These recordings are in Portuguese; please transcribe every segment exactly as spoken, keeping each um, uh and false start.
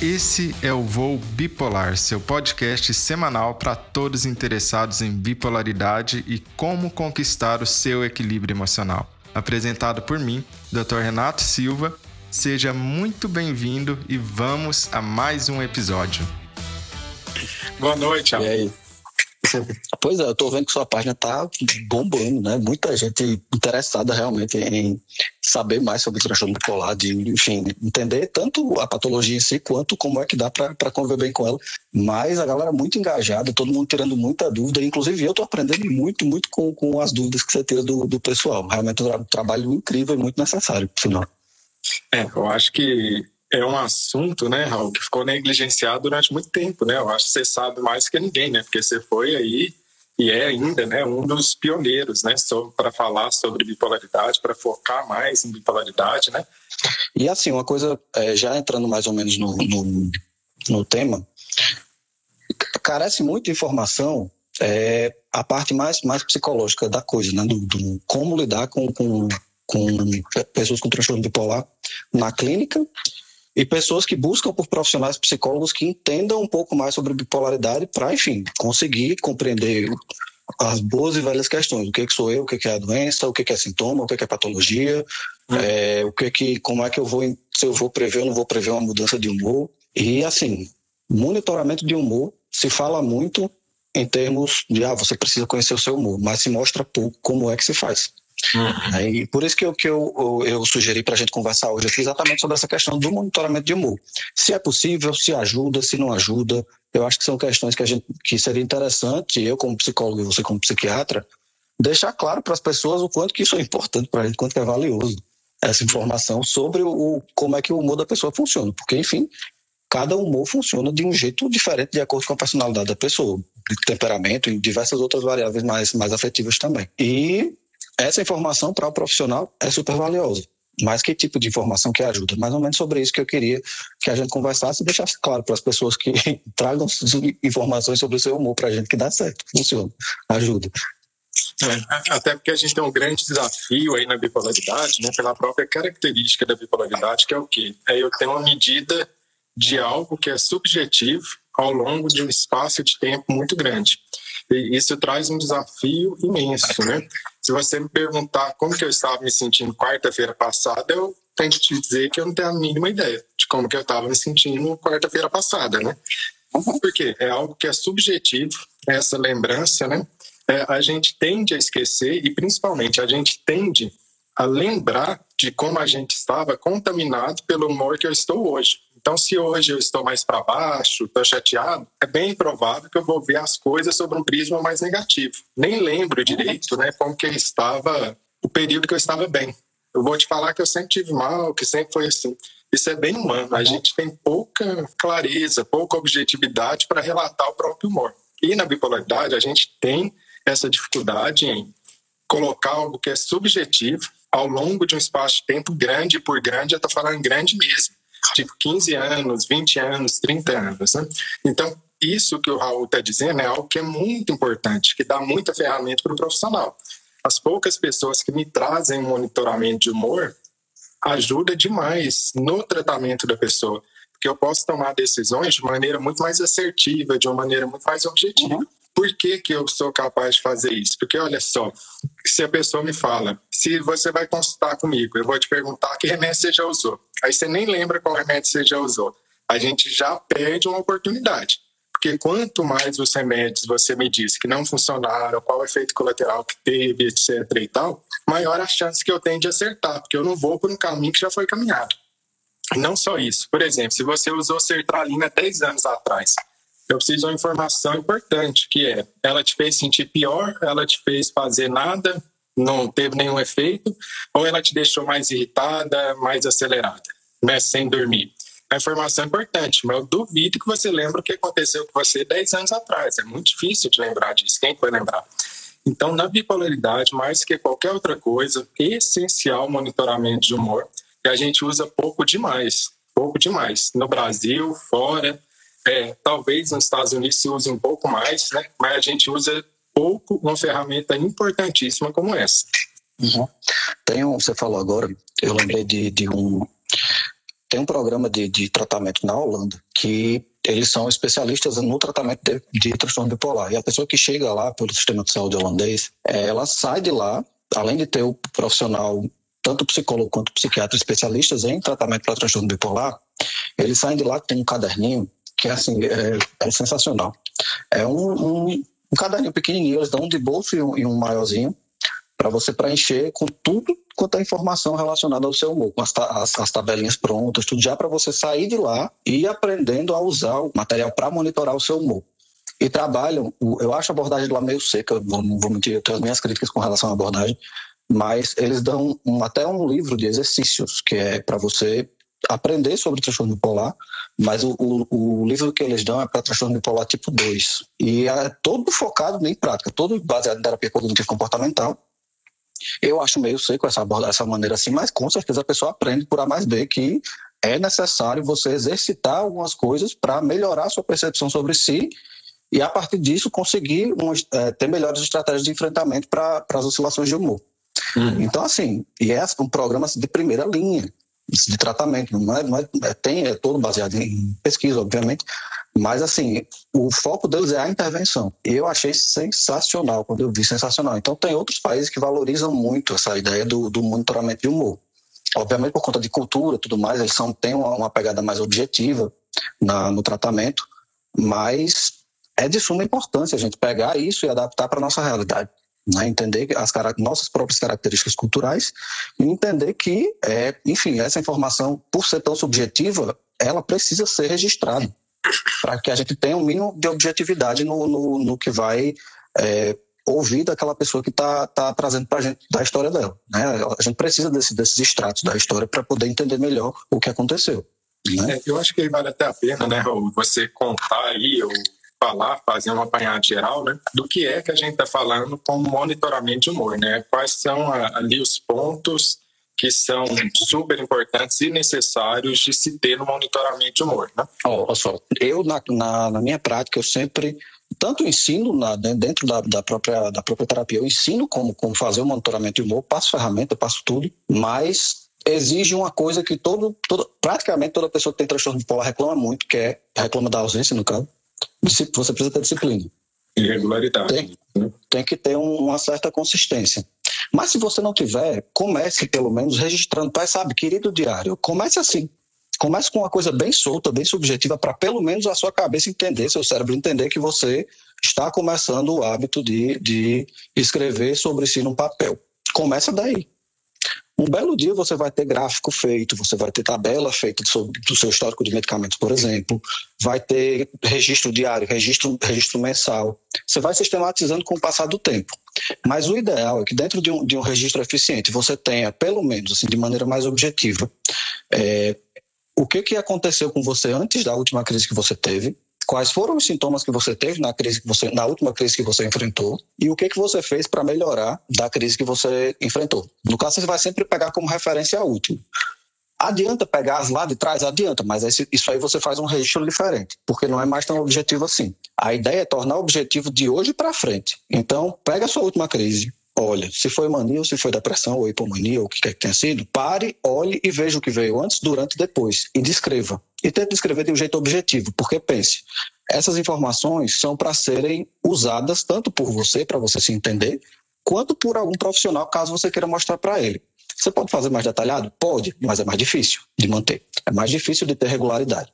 Esse é o Voo Bipolar, seu podcast semanal para todos interessados em bipolaridade e como conquistar o seu equilíbrio emocional. Apresentado por mim, doutor Renato Silva. Seja muito bem-vindo e vamos a mais um episódio. Boa noite, e aí? Pois é, eu tô vendo que sua página tá bombando, né? Muita gente interessada realmente em saber mais sobre o transtorno bipolar, de, enfim, entender tanto a patologia em si, quanto como é que dá para conviver bem com ela. Mas a galera muito engajada, todo mundo tirando muita dúvida, inclusive eu tô aprendendo muito, muito com, com as dúvidas que você tira do, do pessoal. Realmente é um trabalho incrível e muito necessário, por final. É, eu acho que é um assunto, né, Raul, que ficou negligenciado durante muito tempo, né? Eu acho que você sabe mais que ninguém, né? Porque você foi aí e é ainda, né, um dos pioneiros, né, para falar sobre bipolaridade, para focar mais em bipolaridade, né? E assim, uma coisa, é, já entrando mais ou menos no, no, no tema, carece muito de informação é, a parte mais, mais psicológica da coisa, né? Do, do como lidar com, com, com pessoas com transtorno bipolar na clínica, e pessoas que buscam por profissionais psicólogos que entendam um pouco mais sobre bipolaridade para, enfim, conseguir compreender as boas e velhas questões. O que, é que sou eu, o que, é que é a doença, o que, é que é sintoma, o que, é que é patologia, hum. é, o que é que, como é que eu vou, se eu vou prever ou não vou prever uma mudança de humor. E, assim, monitoramento de humor se fala muito em termos de, ah, você precisa conhecer o seu humor, mas se mostra pouco como é que se faz. Uhum. E por isso que eu, que eu, eu, eu sugeri para a gente conversar hoje aqui exatamente sobre essa questão do monitoramento de humor. Se é possível, se ajuda, se não ajuda. Eu acho que são questões que, a gente, que seria interessante, eu como psicólogo e você como psiquiatra, deixar claro para as pessoas o quanto que isso é importante para a gente, o quanto que é valioso essa informação sobre o, como é que o humor da pessoa funciona. Porque, enfim, cada humor funciona de um jeito diferente de acordo com a personalidade da pessoa, de temperamento e diversas outras variáveis mais, mais afetivas também. E essa informação para o profissional é super valiosa. Mas que tipo de informação que ajuda? Mais ou menos sobre isso que eu queria que a gente conversasse e deixasse claro para as pessoas que tragam informações sobre o seu humor para a gente, que dá certo, funciona, ajuda. É, até porque a gente tem um grande desafio aí na bipolaridade, né, pela própria característica da bipolaridade, que é o quê? É eu ter uma medida de algo que é subjetivo ao longo de um espaço de tempo muito grande. E isso traz um desafio imenso, né? Se você me perguntar como que eu estava me sentindo quarta-feira passada, eu tenho que te dizer que eu não tenho a mínima ideia de como que eu estava me sentindo quarta-feira passada, né? Por quê? É algo que é subjetivo, essa lembrança, né? É, a gente tende a esquecer e, principalmente, a gente tende a lembrar de como a gente estava contaminado pelo humor que eu estou hoje. Então, se hoje eu estou mais para baixo, estou chateado, é bem provável que eu vou ver as coisas sobre um prisma mais negativo. Nem lembro direito, né, como que eu estava, o período que eu estava bem. Eu vou te falar que eu sempre tive mal, que sempre foi assim. Isso é bem humano. A gente tem pouca clareza, pouca objetividade para relatar o próprio humor. E na bipolaridade, a gente tem essa dificuldade em colocar algo que é subjetivo ao longo de um espaço de tempo grande, por grande, eu estou falando grande mesmo. Tipo quinze anos, vinte anos, trinta anos, né? Então, isso que o Raul está dizendo é algo que é muito importante, que dá muita ferramenta para o profissional. As poucas pessoas que me trazem um monitoramento de humor ajuda demais no tratamento da pessoa, porque eu posso tomar decisões de maneira muito mais assertiva, de uma maneira muito mais objetiva. Uhum. Por que que eu sou capaz de fazer isso? Porque, olha só, se a pessoa me fala, se você vai consultar comigo, eu vou te perguntar que remédio você já usou. Aí você nem lembra qual remédio você já usou. A gente já perde uma oportunidade. Porque quanto mais os remédios você me diz que não funcionaram, qual o efeito colateral que teve, etc e tal, maior a chance que eu tenho de acertar, porque eu não vou por um caminho que já foi caminhado. E não só isso. Por exemplo, se você usou sertralina dez anos atrás, eu preciso de uma informação importante, que é, ela te fez sentir pior, ela te fez fazer nada, não teve nenhum efeito, ou ela te deixou mais irritada, mais acelerada, né, sem dormir. A informação é importante, mas eu duvido que você lembre o que aconteceu com você dez anos atrás. É muito difícil de lembrar disso, quem vai lembrar? Então, na bipolaridade, mais que qualquer outra coisa, essencial monitoramento de humor, que a gente usa pouco demais, pouco demais. No Brasil, fora... É, talvez nos Estados Unidos se use um pouco mais, né? Mas a gente usa pouco uma ferramenta importantíssima como essa. Uhum. Tem um, você falou agora, eu lembrei de, de um, tem um programa de, de tratamento na Holanda que eles são especialistas no tratamento de, de transtorno bipolar. E a pessoa que chega lá pelo sistema de saúde holandês, ela sai de lá, além de ter o profissional, tanto psicólogo quanto psiquiatra especialistas em tratamento para transtorno bipolar, eles saem de lá com um caderninho que assim, é, é sensacional. É um, um, um caderninho pequenininho, eles dão um de bolso e um, e um maiorzinho, para você preencher com tudo quanto é informação relacionada ao seu humor, com as, as, as tabelinhas prontas, tudo já para você sair de lá e ir aprendendo a usar o material para monitorar o seu humor. E trabalham, eu acho a abordagem lá meio seca, não vou mentir, eu tenho as minhas críticas com relação à abordagem, mas eles dão um, até um livro de exercícios, que é para você aprender sobre transtorno bipolar, mas o, o, o livro que eles dão é para transtorno bipolar tipo dois. E é todo focado em prática, todo baseado em terapia cognitivo-comportamental. Eu acho meio seco essa, essa maneira assim, mas com certeza a pessoa aprende por A mais B que é necessário você exercitar algumas coisas para melhorar a sua percepção sobre si e, a partir disso, conseguir um, é, ter melhores estratégias de enfrentamento para as oscilações de humor. Uhum. Então, assim, e é um programa de primeira linha de tratamento, não é, não é, é, tem, é todo baseado em pesquisa, obviamente, mas, assim, o foco deles é a intervenção. Eu achei sensacional, quando eu vi, sensacional. Então, tem outros países que valorizam muito essa ideia do, do monitoramento de humor. Obviamente, por conta de cultura e tudo mais, eles são, têm uma, uma pegada mais objetiva na, no tratamento, mas é de suma importância a gente pegar isso e adaptar para a nossa realidade. Né? Entender as nossas próprias características culturais e entender que, é, enfim, essa informação, por ser tão subjetiva, ela precisa ser registrada para que a gente tenha um mínimo de objetividade no, no, no que vai é, ouvir daquela pessoa que está tá trazendo para a gente da história dela. Né? A gente precisa desse, desses extratos da história para poder entender melhor o que aconteceu. Né? É, eu acho que vale até a pena, né, Raul, você contar aí, ou falar, fazer um apanhado geral, né, do que é que a gente está falando com monitoramento de humor, né? Quais são a, ali os pontos que são super importantes e necessários de se ter no monitoramento de humor, né? Olha só, eu na, na, na minha prática, eu sempre, tanto ensino na, dentro da, da, própria, da própria terapia, eu ensino como, como fazer o monitoramento de humor, passo ferramenta, passo tudo, mas exige uma coisa que todo, todo, praticamente toda pessoa que tem transtorno bipolar reclama muito, que é, reclama da ausência, no caso, você precisa ter disciplina. Irregularidade. Tem, né? Tem que ter um, uma certa consistência. Mas se você não tiver, comece pelo menos registrando, pai, sabe, querido diário, comece assim. Comece com uma coisa bem solta, bem subjetiva, para pelo menos a sua cabeça entender, seu cérebro entender que você está começando o hábito de, de escrever sobre si num papel. Começa daí. Um belo dia você vai ter gráfico feito, você vai ter tabela feita sobre, do seu histórico de medicamentos, por exemplo, vai ter registro diário, registro, registro mensal. Você vai sistematizando com o passar do tempo. Mas o ideal é que dentro de um, de um registro eficiente você tenha, pelo menos, assim, de maneira mais objetiva, é, o que, que aconteceu com você antes da última crise que você teve, quais foram os sintomas que você teve na, crise que você, na última crise que você enfrentou e o que, que você fez para melhorar da crise que você enfrentou. No caso, você vai sempre pegar como referência a última. Adianta pegar as lá de trás? Adianta, mas esse, isso aí você faz um registro diferente, porque não é mais tão objetivo assim. A ideia é tornar objetivo de hoje para frente. Então, pega a sua última crise, olha, se foi mania ou se foi depressão ou hipomania ou o que quer que tenha sido, pare, olhe e veja o que veio antes, durante e depois e descreva. E tente descrever de um jeito objetivo, porque pense, essas informações são para serem usadas tanto por você, para você se entender, quanto por algum profissional, caso você queira mostrar para ele. Você pode fazer mais detalhado? Pode, mas é mais difícil de manter. É mais difícil de ter regularidade.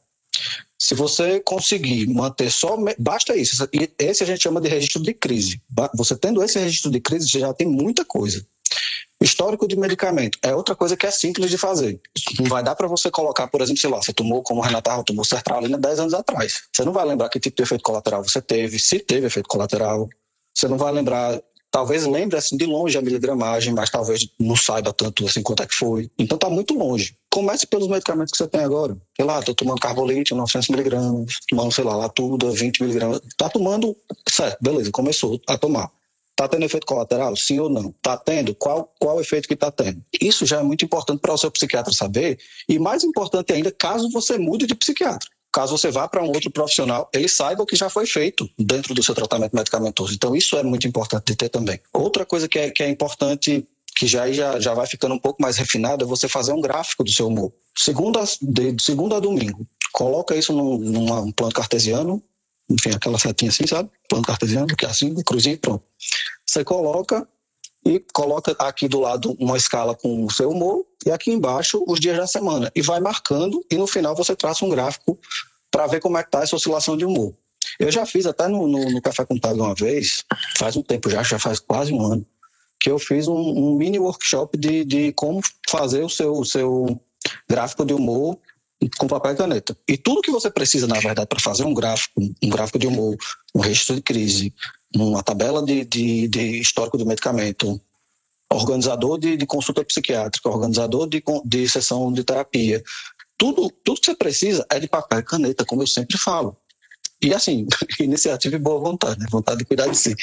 Se você conseguir manter só... Basta isso. Esse a gente chama de registro de crise. Você tendo esse registro de crise, você já tem muita coisa. Histórico de medicamento é outra coisa que é simples de fazer. Não vai dar para você colocar, por exemplo, sei lá, você tomou, como o Renata tomou sertralina dez anos atrás. Você não vai lembrar que tipo de efeito colateral você teve, se teve efeito colateral. Você não vai lembrar... Talvez lembre assim de longe a miligramagem, mas talvez não saiba tanto assim quanto é que foi. Então tá muito longe. Comece pelos medicamentos que você tem agora. Sei lá, tô tomando carbolite, novecentos miligramas, tomando, sei lá, Latuda, vinte miligramas. Tá tomando, certo, beleza, começou a tomar. Tá tendo efeito colateral? Sim ou não? Tá tendo? Qual, qual efeito que tá tendo? Isso já é muito importante para o seu psiquiatra saber. E mais importante ainda, caso você mude de psiquiatra. Caso você vá para um outro profissional, ele saiba o que já foi feito dentro do seu tratamento medicamentoso. Então, isso é muito importante de ter também. Outra coisa que é, que é importante que já, já, já vai ficando um pouco mais refinado, é você fazer um gráfico do seu humor. Segunda, de, de segunda a domingo. Coloca isso num, num plano cartesiano, enfim, aquela setinha assim, sabe? Plano cartesiano, que é assim, cruzinho, pronto. Você coloca e coloca aqui do lado uma escala com o seu humor e aqui embaixo os dias da semana. E vai marcando e no final você traça um gráfico para ver como é que está essa oscilação de humor. Eu já fiz até no, no, no Café Contábil uma vez, faz um tempo já, já faz quase um ano, que eu fiz um, um mini workshop de, de como fazer o seu, o seu gráfico de humor com papel e caneta. E tudo que você precisa, na verdade, para fazer um gráfico, um gráfico de humor, um registro de crise, uma tabela de, de, de histórico do medicamento, organizador de, de consulta psiquiátrica, organizador de, de sessão de terapia, tudo, tudo que você precisa é de papel e caneta, como eu sempre falo. E assim, iniciativa e boa vontade, né? Vontade de cuidar de si.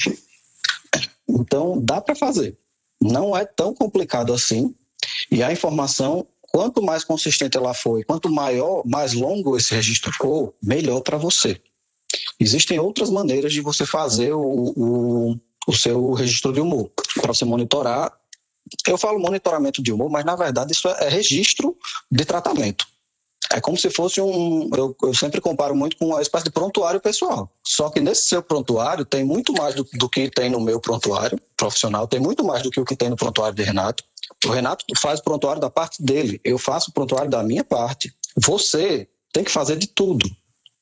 Então, dá para fazer. Não é tão complicado assim. E a informação, quanto mais consistente ela for, quanto maior, mais longo esse registro for, melhor para você. Existem outras maneiras de você fazer o, o, o seu registro de humor, para você monitorar. Eu falo monitoramento de humor, mas na verdade isso é registro de tratamento. É como se fosse um... Eu, eu sempre comparo muito com uma espécie de prontuário pessoal. Só que nesse seu prontuário tem muito mais do, do que tem no meu prontuário profissional, tem muito mais do que o que tem no prontuário de Renato. O Renato faz o prontuário da parte dele, eu faço o prontuário da minha parte. Você tem que fazer de tudo,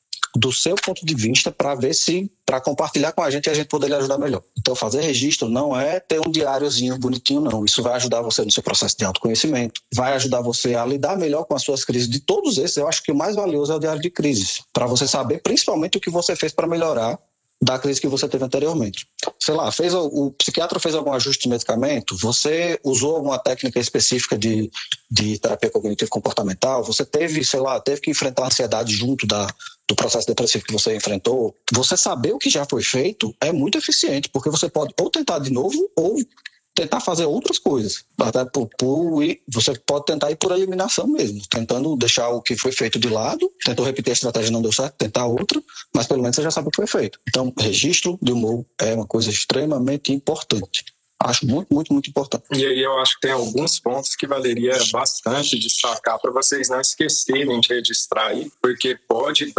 do seu ponto de vista, para ver se, para compartilhar com a gente e a gente poder lhe ajudar melhor. Então, fazer registro não é ter um diáriozinho bonitinho, não. Isso vai ajudar você no seu processo de autoconhecimento, vai ajudar você a lidar melhor com as suas crises. De todos esses, eu acho que o mais valioso é o diário de crises, para você saber principalmente o que você fez para melhorar da crise que você teve anteriormente. Sei lá, fez o, o psiquiatra fez algum ajuste de medicamento, você usou alguma técnica específica de, de terapia cognitivo-comportamental, você teve, sei lá, teve que enfrentar a ansiedade junto da, do processo depressivo que você enfrentou. Você saber o que já foi feito é muito eficiente, porque você pode ou tentar de novo ou tentar fazer outras coisas. Até por, por, você pode tentar ir por eliminação mesmo, tentando deixar o que foi feito de lado, tentou repetir a estratégia, não deu certo, tentar outra, mas pelo menos você já sabe o que foi feito. Então, registro de humor é uma coisa extremamente importante. Acho muito, muito, muito importante. E aí eu acho que tem alguns pontos que valeria bastante destacar para vocês não esquecerem de registrar aí, porque pode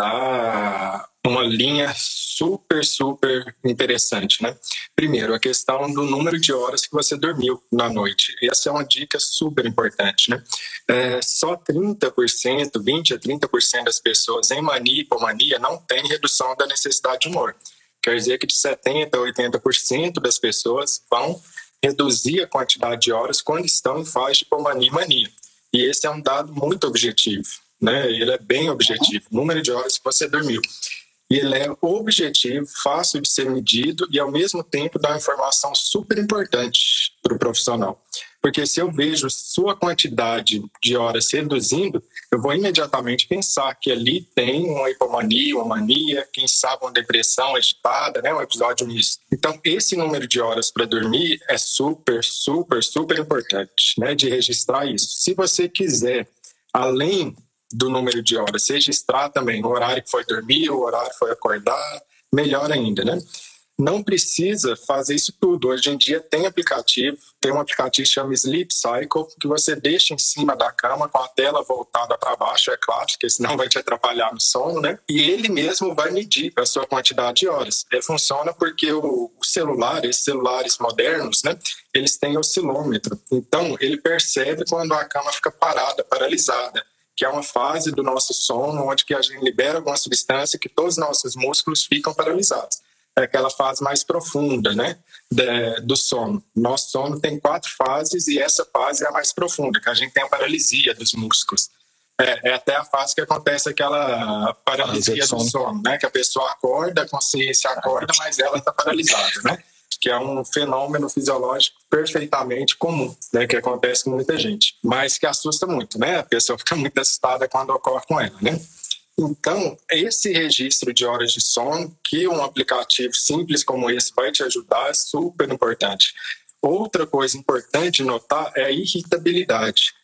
dar uma linha super, super interessante, né? Primeiro, a questão do número de horas que você dormiu na noite. Essa é uma dica super importante, né? É, só trinta por cento, vinte a trinta por cento das pessoas em mania e hipomania não tem redução da necessidade de humor. Quer dizer que de setenta a oitenta por cento das pessoas vão reduzir a quantidade de horas quando estão em fase de hipomania e mania. E esse é um dado muito objetivo, né? Ele é bem objetivo, o número de horas que você dormiu. E ele é objetivo, fácil de ser medido e, ao mesmo tempo, dá uma informação super importante para o profissional. Porque se eu vejo sua quantidade de horas reduzindo, eu vou imediatamente pensar que ali tem uma hipomania, uma mania, quem sabe uma depressão agitada, né? Um episódio misto. Então, esse número de horas para dormir é super, super, super importante, né? De registrar isso. Se você quiser, além do número de horas, registrar também o horário que foi dormir, o horário que foi acordar, melhor ainda, né? Não precisa fazer isso tudo. Hoje em dia tem aplicativo, tem um aplicativo que chama Sleep Cycle, que você deixa em cima da cama com a tela voltada para baixo, é claro, porque senão vai te atrapalhar no sono, né? E ele mesmo vai medir a sua quantidade de horas. Ele funciona porque o celular, esses celulares modernos, né? Eles têm oscilômetro. Então, ele percebe quando a cama fica parada, paralisada, que é uma fase do nosso sono onde que a gente libera alguma substância que todos os nossos músculos ficam paralisados. É aquela fase mais profunda, né, de, do sono. Nosso sono tem quatro fases e essa fase é a mais profunda, que a gente tem a paralisia dos músculos. É, é até a fase que acontece aquela paralisia do sono, né, que a pessoa acorda, a consciência acorda, mas ela está paralisada, né, que é um fenômeno fisiológico perfeitamente comum, né, que acontece com muita gente, mas que assusta muito, né, a pessoa fica muito assustada quando ocorre com ela, né. Então, esse registro de horas de sono, que um aplicativo simples como esse vai te ajudar, é super importante. Outra coisa importante de notar é a irritabilidade.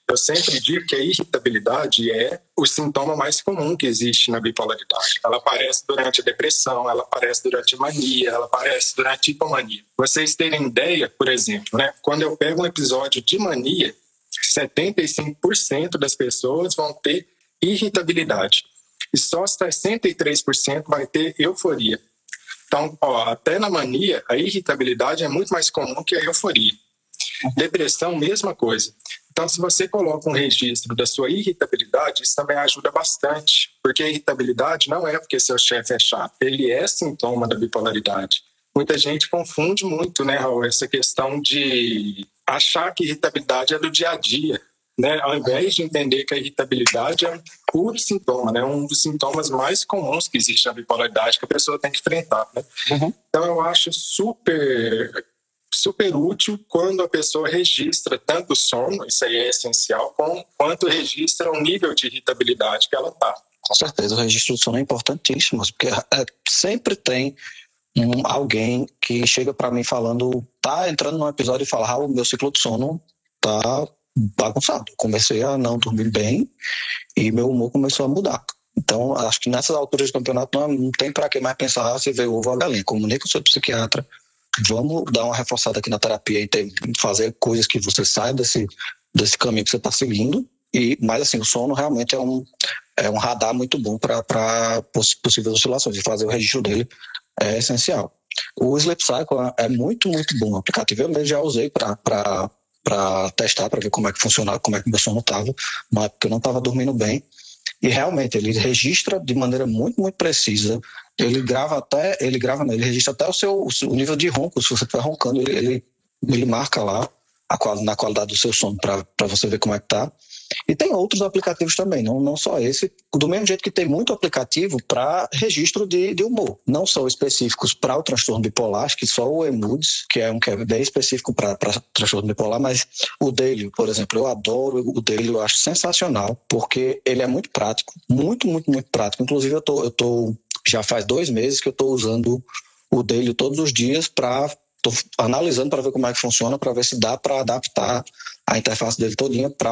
Eu sempre digo que a irritabilidade é o sintoma mais comum que existe na bipolaridade. Ela aparece durante a depressão, ela aparece durante a mania, ela aparece durante a hipomania. Vocês terem ideia, por exemplo, né? Quando eu pego um episódio de mania, setenta e cinco por cento das pessoas vão ter irritabilidade. E só sessenta e três por cento vai ter euforia. Então, ó, até na mania, a irritabilidade é muito mais comum que a euforia. Depressão, mesma coisa. Então, se você coloca um registro da sua irritabilidade, isso também ajuda bastante, porque a irritabilidade não é porque seu chefe é chato, ele é sintoma da bipolaridade. Muita gente confunde muito, né, Raul, essa questão de achar que irritabilidade é do dia a dia, né, ao invés de entender que a irritabilidade é um puro sintoma, né, um dos sintomas mais comuns que existe na bipolaridade que a pessoa tem que enfrentar, né? Uhum. Então, eu acho super... super útil quando a pessoa registra tanto o sono, isso aí é essencial, com, quanto registra o nível de irritabilidade que ela está. Com certeza, o registro do sono é importantíssimo, porque é, sempre tem um, alguém que chega para mim falando, tá entrando num episódio e fala, ah, o meu ciclo de sono tá bagunçado, comecei a não dormir bem e meu humor começou a mudar. Então, acho que nessas alturas do campeonato não, não tem para que mais pensar, ah, você vê o ovo a galinha, comunica com o seu psiquiatra, vamos dar uma reforçada aqui na terapia e fazer coisas que você saia desse, desse caminho que você está seguindo. E, mas assim, o sono realmente é um, é um radar muito bom para possíveis oscilações, e fazer o registro dele é essencial. O Sleep Cycle é muito, muito bom. O aplicativo eu mesmo já usei para testar, para ver como é que funcionava, como é que meu sono estava, mas porque eu não estava dormindo bem. E realmente ele registra de maneira muito, muito precisa. Ele grava até, ele grava, ele registra até o seu, o seu nível de ronco. Se você estiver roncando, ele, ele, ele marca lá a, na qualidade do seu sono para você ver como é que tá. E tem outros aplicativos também, não, não só esse. Do mesmo jeito que tem muito aplicativo para registro de, de humor. Não são específicos para o transtorno bipolar, acho que só o eMoods, que é um que é bem específico para transtorno bipolar, mas o Daily, por exemplo, eu adoro o Daily, eu acho sensacional, porque ele é muito prático, muito, muito, muito prático. Inclusive, eu tô, eu tô já faz dois meses que eu estou usando o Daily todos os dias para... Estou analisando para ver como é que funciona, para ver se dá para adaptar a interface dele todinha para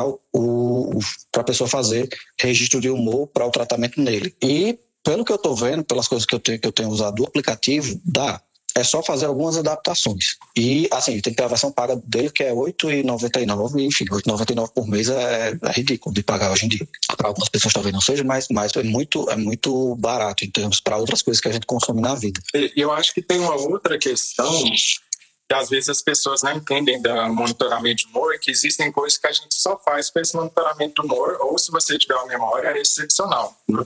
a pessoa fazer registro de humor para o tratamento nele. E, pelo que eu estou vendo, pelas coisas que eu tenho, que eu tenho usado do aplicativo, dá. É só fazer algumas adaptações. E, assim, tem que ter a versão paga dele, que é oito reais e noventa e nove centavos. Enfim, oito reais e noventa e nove centavos por mês é, é ridículo de pagar hoje em dia. Para algumas pessoas talvez não seja, mas, mas é, muito, é muito barato em termos para outras coisas que a gente consome na vida. E eu acho que tem uma outra questão que às vezes as pessoas não entendem da monitoramento de humor, que existem coisas que a gente só faz com esse monitoramento de humor, ou se você tiver uma memória, é excepcional, né?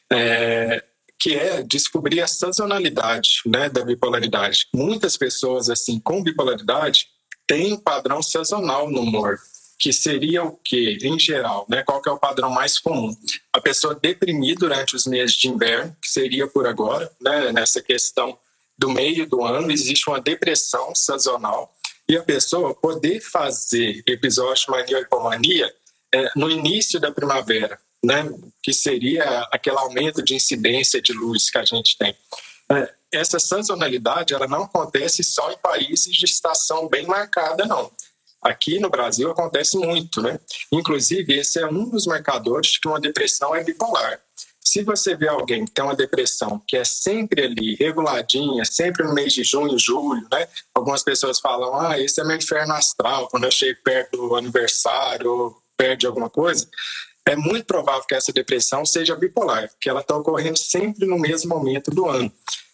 É... que é descobrir a sazonalidade, né, da bipolaridade. Muitas pessoas assim com bipolaridade têm um padrão sazonal no humor, que seria o quê? Em geral, né, qual que é o padrão mais comum? A pessoa deprimir durante os meses de inverno, que seria por agora, né, nessa questão do meio do ano, existe uma depressão sazonal, e a pessoa poder fazer episódio de mania ou hipomania é, no início da primavera, né, que seria aquele aumento de incidência de luz que a gente tem. Essa sazonalidade ela não acontece só em países de estação bem marcada, não. Aqui no Brasil acontece muito, né? Inclusive, esse é um dos marcadores de que uma depressão é bipolar. Se você vê alguém que tem uma depressão que é sempre ali, reguladinha, sempre no mês de junho, julho, né? Algumas pessoas falam, ah, esse é meu inferno astral, quando eu chego perto do aniversário, perto de alguma coisa. É muito provável que essa depressão seja bipolar, que ela está ocorrendo sempre no mesmo momento do ano.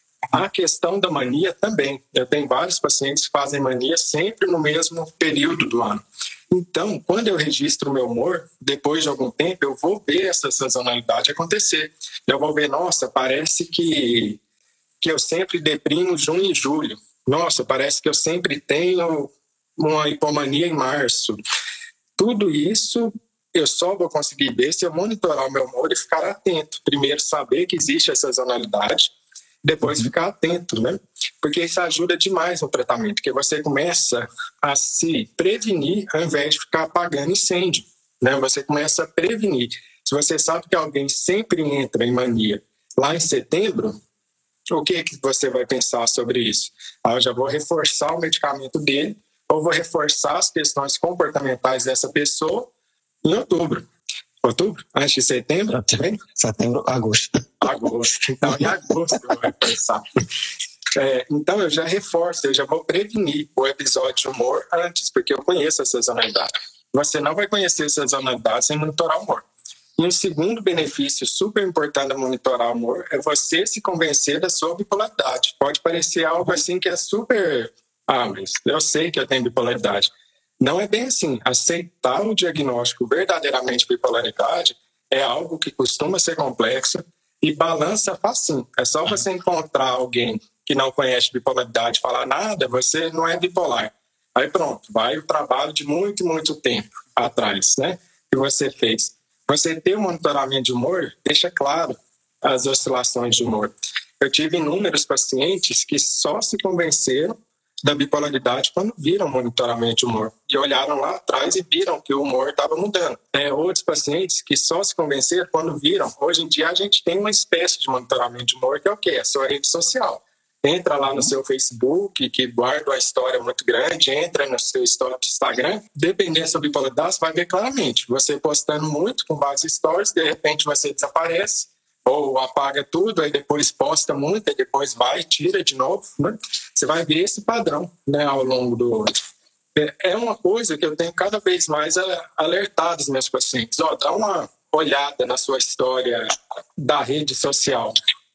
A questão da mania também. Eu tenho vários pacientes que fazem mania sempre no mesmo período do ano. Então, quando eu registro o meu humor, depois de algum tempo, eu vou ver essa sazonalidade acontecer. Eu vou ver, nossa, parece que, que eu sempre deprimo junho e julho. Nossa, parece que eu sempre tenho uma hipomania em março. Tudo isso eu só vou conseguir ver se eu monitorar o meu humor e ficar atento. Primeiro, saber que existe essa sazonalidade, depois ficar atento, né? Porque isso ajuda demais no tratamento, porque você começa a se prevenir ao invés de ficar apagando incêndio, né? Você começa a prevenir. Se você sabe que alguém sempre entra em mania lá em setembro, o que, que você vai pensar sobre isso? Ah, eu já vou reforçar o medicamento dele, ou vou reforçar as questões comportamentais dessa pessoa, Em outubro. Outubro? Antes de setembro? Setembro, setembro agosto. Agosto. Então, em agosto eu vou pensar. É, então, eu já reforço, eu já vou prevenir o episódio de humor antes, porque eu conheço a sazonalidade. Você não vai conhecer a sazonalidade sem monitorar o humor. E um segundo benefício super importante de monitorar o humor é você se convencer da sua bipolaridade. Pode parecer algo assim que é super... Ah, mas eu sei que eu tenho bipolaridade. Não é bem assim. Aceitar o diagnóstico verdadeiramente bipolaridade é algo que costuma ser complexo e balança facinho. É só você encontrar alguém que não conhece bipolaridade e falar nada, você não é bipolar. Aí pronto, vai o trabalho de muito, muito tempo atrás, né? Que você fez. Você ter um monitoramento de humor deixa claro as oscilações de humor. Eu tive inúmeros pacientes que só se convenceram da bipolaridade quando viram monitoramento de humor e olharam lá atrás e viram que o humor estava mudando. É, outros pacientes que só se convenceram quando viram. Hoje em dia a gente tem uma espécie de monitoramento de humor que é o quê? É a sua rede social. Entra lá no seu Facebook, que guarda uma história muito grande, entra no seu story do Instagram, dependendo da sua bipolaridade, você vai ver claramente. Você postando muito com vários stories, de repente você desaparece, ou apaga tudo, aí depois posta muito, aí depois vai e tira de novo, né? Você vai ver esse padrão, né, ao longo do... É uma coisa que eu tenho cada vez mais alertado os meus pacientes. Ó, dá uma olhada na sua história da rede social.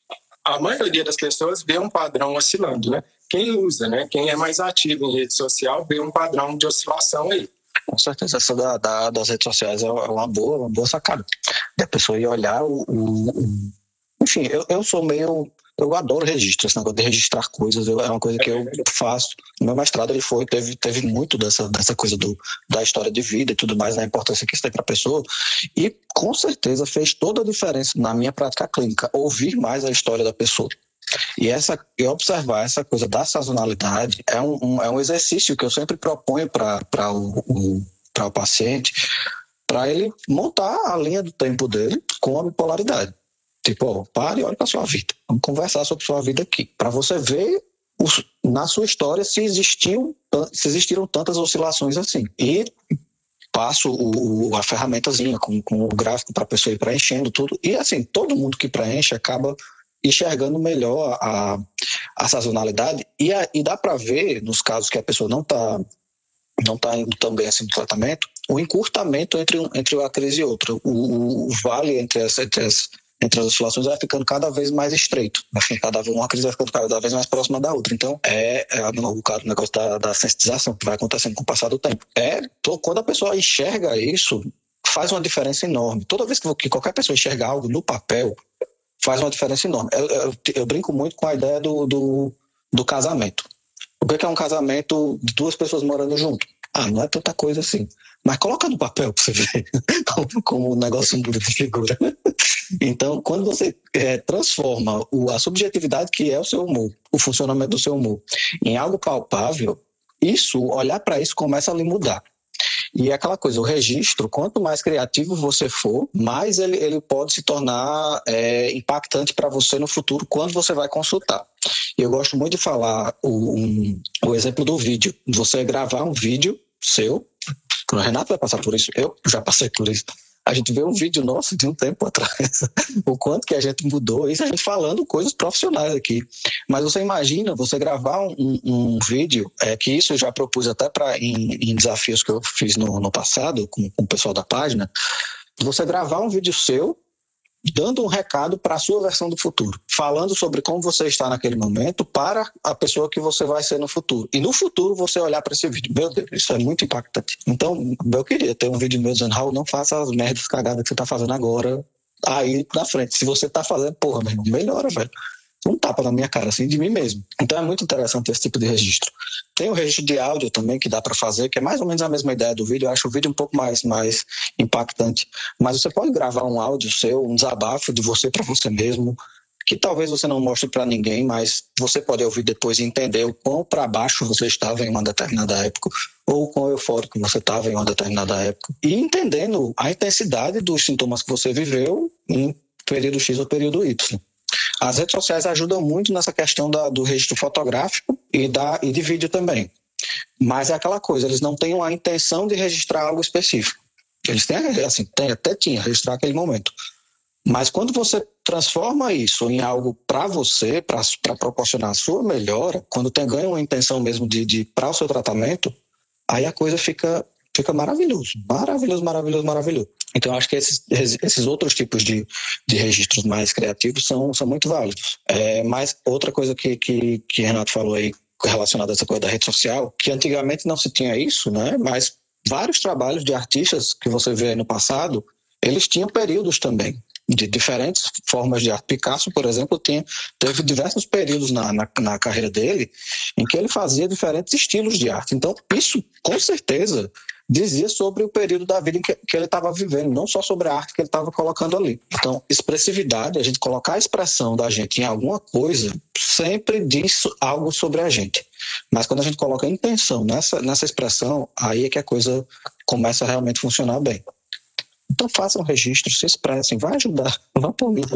A maioria das pessoas vê um padrão oscilando, né? Quem usa, né? Quem é mais ativo em rede social vê um padrão de oscilação aí. Com certeza, essa da, da, das redes sociais é uma boa, uma boa sacada. Da pessoa ir olhar o... o, o... Enfim, eu, eu sou meio... Eu adoro registro, esse negócio de registrar coisas, eu, é uma coisa que eu faço. O meu mestrado ele foi, teve, teve muito dessa, dessa coisa do, da história de vida e tudo mais, da importância que isso tem para a pessoa. E com certeza fez toda a diferença na minha prática clínica, ouvir mais a história da pessoa. E, essa, e observar essa coisa da sazonalidade é um, um, é um exercício que eu sempre proponho para o, o, o paciente, para ele montar a linha do tempo dele com a bipolaridade. Tipo, ó, pare e olhe para a sua vida. Vamos conversar sobre a sua vida aqui. Para você ver os, na sua história se, existiu, se existiram tantas oscilações assim. E passo o, o, a ferramentazinha com, com o gráfico para a pessoa ir preenchendo tudo. E assim, todo mundo que preenche acaba enxergando melhor a, a sazonalidade. E, a, e dá para ver, nos casos que a pessoa não está não tá indo tão bem assim no tratamento, o encurtamento entre, entre a crise e outra. O, o, o vale entre as... Entre as entre as oscilações vai ficando cada vez mais estreito. Cada vez, uma crise vai ficando cada vez mais próxima da outra. Então, é, é o, o negócio da, da sensitização que vai acontecendo com o passar do tempo. É, tô, quando a pessoa enxerga isso, faz uma diferença enorme. Toda vez que, que qualquer pessoa enxerga algo no papel, faz uma diferença enorme. Eu, eu, eu brinco muito com a ideia do, do, do casamento. O que é um casamento de duas pessoas morando junto? Ah, não é tanta coisa assim. Mas coloca no papel para você ver como, como o negócio muda de figura. Então, quando você é, transforma o, a subjetividade que é o seu humor, o funcionamento do seu humor, em algo palpável, isso, olhar para isso começa a lhe mudar. E é aquela coisa, o registro, quanto mais criativo você for, mais ele, ele pode se tornar é, impactante para você no futuro quando você vai consultar. E eu gosto muito de falar o, um, o exemplo do vídeo. Você gravar um vídeo seu, o Renato vai passar por isso, eu já passei por isso. A gente vê um vídeo nosso de um tempo atrás, o quanto que a gente mudou, isso a gente falando coisas profissionais aqui. Mas você imagina, você gravar um, um vídeo, é, que isso eu já propus até pra, em, em desafios que eu fiz no, no passado, com, com o pessoal da página, você gravar um vídeo seu, dando um recado para a sua versão do futuro, falando sobre como você está naquele momento para a pessoa que você vai ser no futuro. E no futuro você olhar para esse vídeo. Meu Deus, isso é muito impactante. Então, eu queria ter um vídeo meu dizendo, Raul, não faça as merdas cagadas que você está fazendo agora aí na frente. Se você está fazendo, porra, meu irmão, melhora, velho. Um tapa na minha cara, assim, de mim mesmo. Então é muito interessante esse tipo de registro. Tem o registro de áudio também que dá para fazer, que é mais ou menos a mesma ideia do vídeo. Eu acho o vídeo um pouco mais, mais impactante. Mas você pode gravar um áudio seu, um desabafo de você para você mesmo, que talvez você não mostre para ninguém, mas você pode ouvir depois e entender o quão para baixo você estava em uma determinada época, ou o quão eufórico você estava em uma determinada época. E entendendo a intensidade dos sintomas que você viveu em período X ou período Y. As redes sociais ajudam muito nessa questão da, do registro fotográfico e, da, e de vídeo também. Mas é aquela coisa, eles não têm a intenção de registrar algo específico. Eles têm, assim, tem, até tinha, registrar aquele momento. Mas quando você transforma isso em algo para você, para proporcionar a sua melhora, quando tem ganho uma intenção mesmo de, de para o seu tratamento, aí a coisa fica, fica maravilhoso, maravilhoso, maravilhoso, maravilhoso. Então, eu acho que esses, esses outros tipos de, de registros mais criativos são, são muito válidos. É, mas outra coisa que, que, que Renato falou aí, relacionada a essa coisa da rede social, que antigamente não se tinha isso, né? Mas vários trabalhos de artistas que você vê aí no passado, eles tinham períodos também, de diferentes formas de arte. Picasso, por exemplo, tinha, teve diversos períodos na, na, na carreira dele em que ele fazia diferentes estilos de arte. Então, isso, com certeza, dizia sobre o período da vida em que, que ele estava vivendo, não só sobre a arte que ele estava colocando ali. Então, expressividade, a gente colocar a expressão da gente em alguma coisa, sempre diz algo sobre a gente. Mas quando a gente coloca a intenção nessa, nessa expressão, aí é que a coisa começa a realmente funcionar bem. Então façam registro, se expressem, vai ajudar, vai por mim.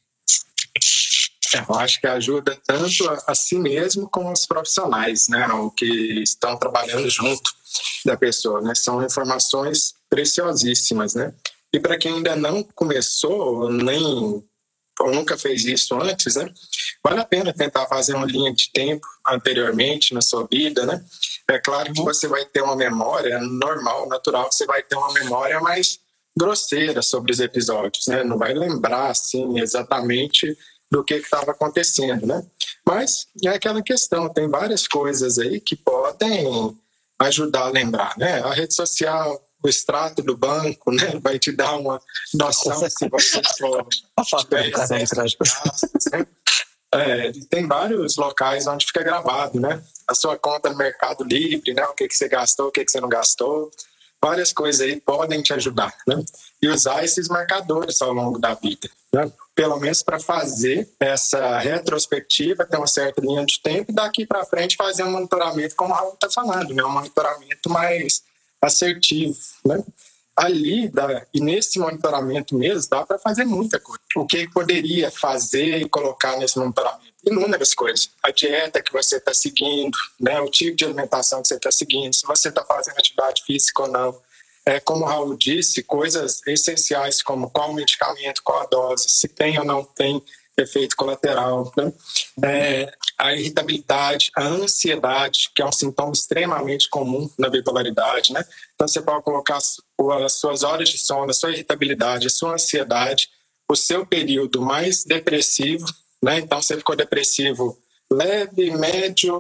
Eu acho que ajuda tanto a, a si mesmo como os profissionais, né, o que estão trabalhando junto da pessoa, né, são informações preciosíssimas, né, e para quem ainda não começou, nem ou nunca fez isso antes, né, vale a pena tentar fazer uma linha de tempo anteriormente na sua vida, né, é claro que você vai ter uma memória normal, natural, você vai ter uma memória mais grosseira sobre os episódios, né, não vai lembrar, assim, exatamente do que estava acontecendo, né? Mas é aquela questão, tem várias coisas aí que podem ajudar a lembrar, né? A rede social, o extrato do banco, né? Vai te dar uma noção se você for tiver acesso às gastos, né? É, tem vários locais onde fica gravado, né? A sua conta no Mercado Livre, né? O que, que você gastou, o que, que você não gastou. Várias coisas aí podem te ajudar, né? E usar esses marcadores ao longo da vida, né? Pelo menos para fazer essa retrospectiva, ter uma certa linha de tempo e daqui para frente fazer um monitoramento, como o Raul está falando, né? Um monitoramento mais assertivo, né? Ali, dá, e nesse monitoramento mesmo, dá para fazer muita coisa. O que poderia fazer e colocar nesse monitoramento? Inúmeras coisas. A dieta que você está seguindo, né? O tipo de alimentação que você está seguindo, se você está fazendo atividade física ou não. É, como o Raul disse, coisas essenciais como qual medicamento, qual a dose, se tem ou não tem efeito colateral, né? É, a irritabilidade, a ansiedade, que é um sintoma extremamente comum na bipolaridade, né? Então você pode colocar as suas horas de sono, a sua irritabilidade, a sua ansiedade, o seu período mais depressivo, né? Então você ficou depressivo leve, médio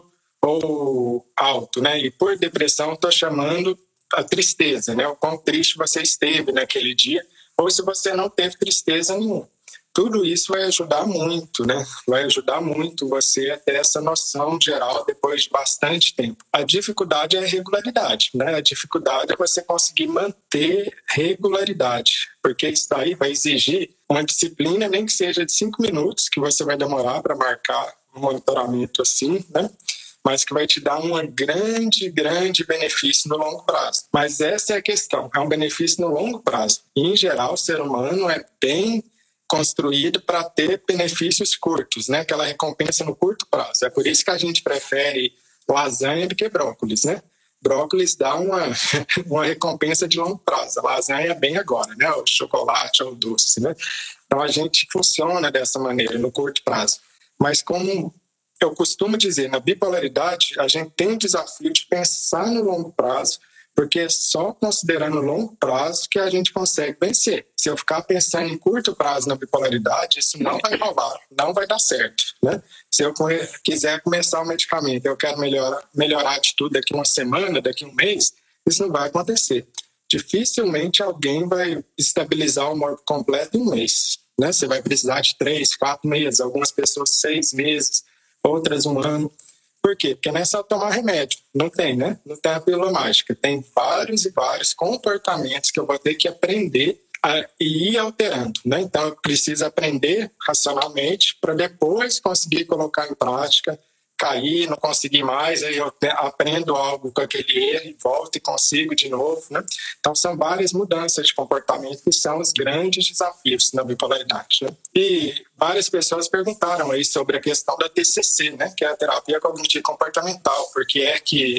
ou alto, né? E por depressão estou chamando a tristeza, né? O quão triste você esteve naquele dia, ou se você não teve tristeza nenhuma. Tudo isso vai ajudar muito, né? Vai ajudar muito você a ter essa noção geral depois de bastante tempo. A dificuldade é a regularidade, né? A dificuldade é você conseguir manter regularidade, porque isso daí vai exigir uma disciplina, nem que seja de cinco minutos, que você vai demorar para marcar um monitoramento assim, né? Mas que vai te dar um grande, grande benefício no longo prazo. Mas essa é a questão, é um benefício no longo prazo. E, em geral, o ser humano é bem construído para ter benefícios curtos, né? Aquela recompensa no curto prazo. É por isso que a gente prefere lasanha do que brócolis, né? Brócolis dá uma, uma recompensa de longo prazo. A lasanha é bem agora, né? O chocolate ou o doce, né? Então, a gente funciona dessa maneira, no curto prazo. Mas como eu costumo dizer, na bipolaridade, a gente tem o desafio de pensar no longo prazo, porque é só considerando o longo prazo que a gente consegue vencer. Se eu ficar pensando em curto prazo na bipolaridade, isso não vai rolar, não vai dar certo, né? Se eu quiser começar o medicamento, eu quero melhorar, melhorar a atitude daqui uma semana, daqui um mês, isso não vai acontecer. Dificilmente alguém vai estabilizar o humor completo em um mês, né? Você vai precisar de três, quatro meses, algumas pessoas seis meses, outras um ano. Por quê? Porque não é só tomar remédio. Não tem, né? Não tem a pílula mágica. Tem vários e vários comportamentos que eu vou ter que aprender a ir alterando, né? Então, eu preciso aprender racionalmente para depois conseguir colocar em prática, cair, não conseguir mais, aí eu aprendo algo com aquele erro e volto e consigo de novo, né? Então, são várias mudanças de comportamento que são os grandes desafios na bipolaridade, né? E várias pessoas perguntaram aí sobre a questão da T C C, né? Que é a terapia cognitivo comportamental, porque é que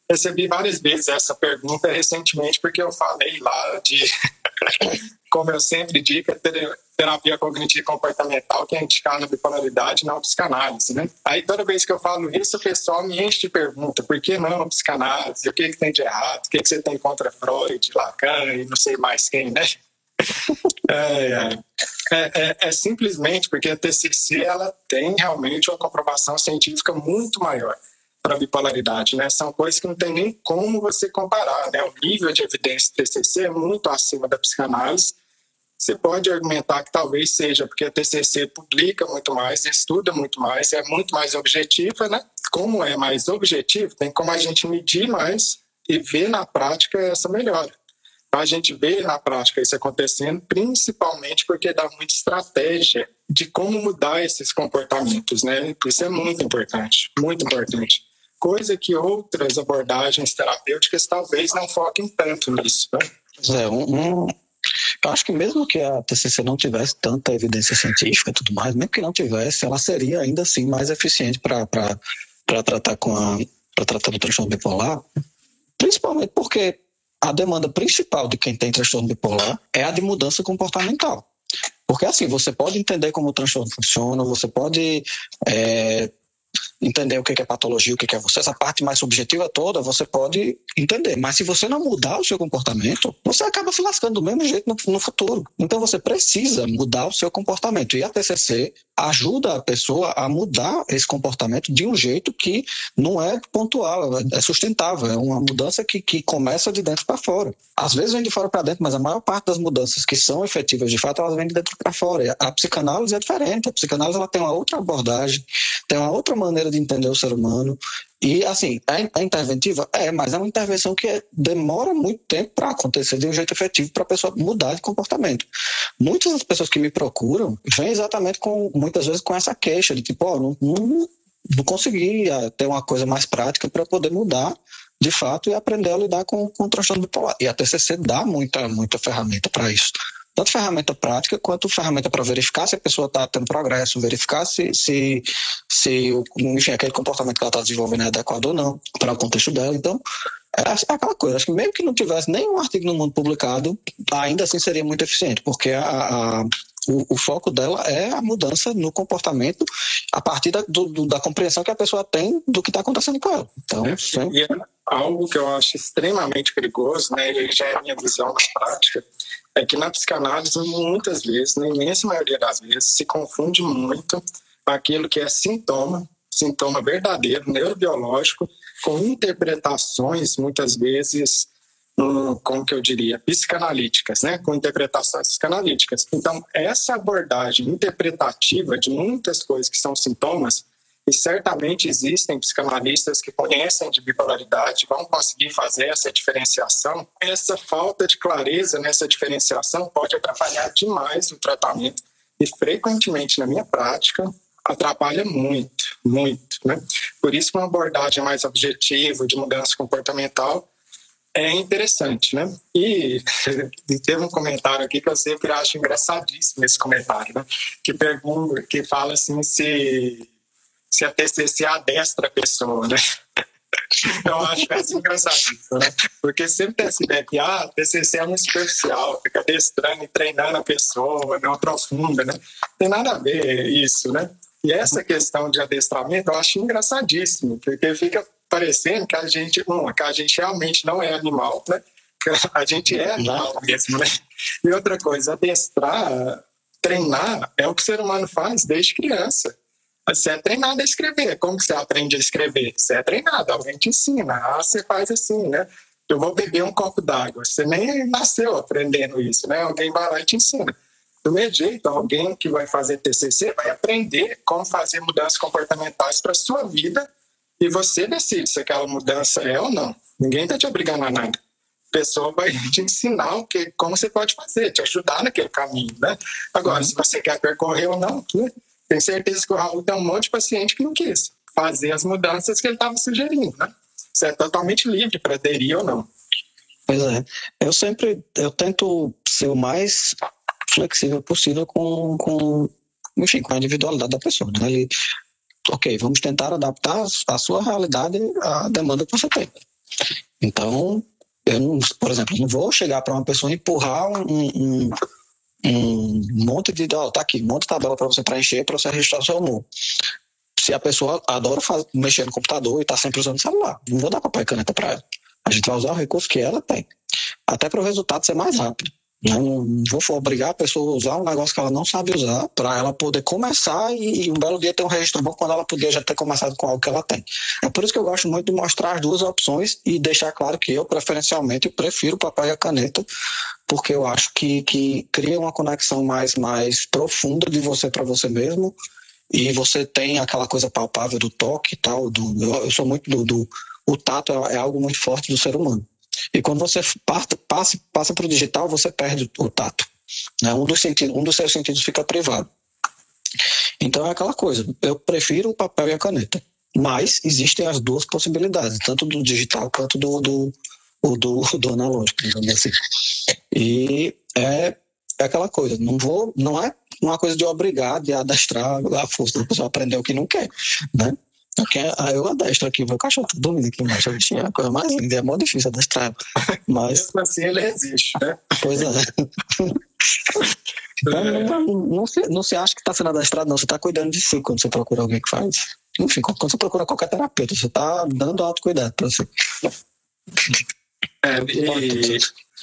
recebi várias vezes essa pergunta recentemente, porque eu falei lá de, como eu sempre digo, terapia cognitivo comportamental, que é indicada na bipolaridade, não psicanálise, né? Aí toda vez que eu falo isso, o pessoal me enche de pergunta: por que não psicanálise? O que, que tem de errado? O que, que você tem contra Freud, Lacan e não sei mais quem, né? É, é, é, é simplesmente porque a T C C ela tem realmente uma comprovação científica muito maior para bipolaridade, né? São coisas que não tem nem como você comparar, né? O nível de evidência do T C C é muito acima da psicanálise. Você pode argumentar que talvez seja porque a T C C publica muito mais, estuda muito mais, é muito mais objetiva, né? Como é mais objetivo, tem como a gente medir mais e ver na prática essa melhora. A gente vê na prática isso acontecendo, principalmente porque dá muita estratégia de como mudar esses comportamentos, né? Isso é muito importante, muito importante. Coisa que outras abordagens terapêuticas talvez não foquem tanto nisso, né? É, um, um, eu acho que mesmo que a T C C não tivesse tanta evidência científica e tudo mais, mesmo que não tivesse, ela seria ainda assim mais eficiente para tratar com a para tratar do transtorno bipolar, principalmente porque a demanda principal de quem tem transtorno bipolar é a de mudança comportamental. Porque assim, você pode entender como o transtorno funciona, você pode é, entender o que é patologia, o que é você, essa parte mais subjetiva toda, você pode entender. Mas se você não mudar o seu comportamento, você acaba se lascando do mesmo jeito no, no futuro. Então você precisa mudar o seu comportamento. E a T C C ajuda a pessoa a mudar esse comportamento de um jeito que não é pontual, é sustentável, é uma mudança que, que começa de dentro para fora. Às vezes vem de fora para dentro, mas a maior parte das mudanças que são efetivas de fato, elas vêm de dentro para fora. A psicanálise é diferente, a psicanálise ela tem uma outra abordagem, tem uma outra maneira de entender o ser humano. E, assim, é, é interventiva? É, mas é uma intervenção que é, demora muito tempo para acontecer de um jeito efetivo para a pessoa mudar de comportamento. Muitas das pessoas que me procuram vêm exatamente com, muitas vezes, com essa queixa de tipo, ó, oh, não, não, não consegui ter uma coisa mais prática para poder mudar de fato e aprender a lidar com, com o transtorno bipolar. E a T C C dá muita, muita ferramenta para isso. Tanto ferramenta prática quanto ferramenta para verificar se a pessoa está tendo progresso, verificar se, se, se enfim, aquele comportamento que ela está desenvolvendo é adequado ou não para o contexto dela. Então, é aquela coisa. Acho que mesmo que não tivesse nenhum artigo no mundo publicado, ainda assim seria muito eficiente, porque a, a, o, o foco dela é a mudança no comportamento a partir da, do, da compreensão que a pessoa tem do que está acontecendo com ela. Então, é, sim. E é algo que eu acho extremamente perigoso, né, e já é a minha visão na prática, é que na psicanálise, muitas vezes, na imensa maioria das vezes, se confunde muito aquilo que é sintoma, sintoma verdadeiro, neurobiológico, com interpretações, muitas vezes, hum, como que eu diria, psicanalíticas, né? Com interpretações psicanalíticas. Então, essa abordagem interpretativa de muitas coisas que são sintomas, e certamente existem psicanalistas que conhecem de bipolaridade, vão conseguir fazer essa diferenciação. Essa falta de clareza nessa diferenciação pode atrapalhar demais o tratamento e, frequentemente, na minha prática, atrapalha muito, muito, né? Por isso que uma abordagem mais objetiva, de mudança comportamental, é interessante, né? E teve um comentário aqui que eu sempre acho engraçadíssimo esse comentário, né? Que pergunta, que fala assim se... se a T C C adestra a pessoa, né? Eu acho que é assim engraçadíssimo, né? Porque sempre tem essa ideia que ah, a T C C é muito superficial, fica adestrando e treinando a pessoa, não aprofunda, né? Tem nada a ver isso, né? E essa questão de adestramento eu acho engraçadíssimo, porque fica parecendo que a gente, uma, que a gente realmente não é animal, né? Que a gente é animal mesmo, né? E outra coisa, adestrar, treinar, é o que o ser humano faz desde criança. Você é treinado a escrever. Como que você aprende a escrever? Você é treinado, alguém te ensina. Ah, você faz assim, né? Eu vou beber um copo d'água. Você nem nasceu aprendendo isso, né? Alguém vai lá e te ensina. Do mesmo jeito, alguém que vai fazer T C C vai aprender como fazer mudanças comportamentais para a sua vida e você decide se aquela mudança é ou não. Ninguém está te obrigando a nada. A pessoa vai te ensinar o que, como você pode fazer, te ajudar naquele caminho, né? Agora, uhum. se você quer percorrer ou não, né? Tenho certeza que o Raul tem um monte de paciente que não quis fazer as mudanças que ele estava sugerindo, né? Você é totalmente livre para aderir ou não. Pois é. Eu sempre, eu tento ser o mais flexível possível com, com, enfim, com a individualidade da pessoa, né? Ele, ok, vamos tentar adaptar a sua realidade à demanda que você tem. Então, eu não, por exemplo, não vou chegar para uma pessoa e empurrar um, um, um monte de... Ó, tá aqui, um monte de tabela para você preencher, para você registrar o seu humor. Se a pessoa adora fazer, mexer no computador e está sempre usando o celular, não vou dar papel e caneta para ela. A gente vai usar o recurso que ela tem, até para o resultado ser mais rápido. Não, não vou obrigar a pessoa a usar um negócio que ela não sabe usar para ela poder começar e, e um belo dia ter um registro bom quando ela podia já ter começado com algo que ela tem. É por isso que eu gosto muito de mostrar as duas opções e deixar claro que eu, preferencialmente, prefiro o papel e a caneta, porque eu acho que, que cria uma conexão mais, mais profunda de você para você mesmo, e você tem aquela coisa palpável do toque e tal. Do, eu, eu sou muito do, do... O tato é, é algo muito forte do ser humano. E quando você parta, passa, passa para o digital, você perde o tato. Né? Um, dos sentidos, um dos seus sentidos fica privado. Então é aquela coisa, eu prefiro o papel e a caneta. Mas existem as duas possibilidades, tanto do digital quanto do, do, do, do analógico, digamos assim. E é, é aquela coisa, não, vou, não é uma coisa de obrigar, de adestrar a força da pessoa aprender o que não quer, né? Aí eu adestro aqui, meu cachorro tá dormindo aqui embaixo, é a coisa mais linda, é mó difícil adestrar. Mas... Mesmo assim ele existe, né? Pois é. Então, não, não, se, não se acha que está sendo adestrado, não. Você está cuidando de si quando você procura alguém que faz. Enfim, quando você procura qualquer terapeuta, você está dando autocuidado para você. É, e,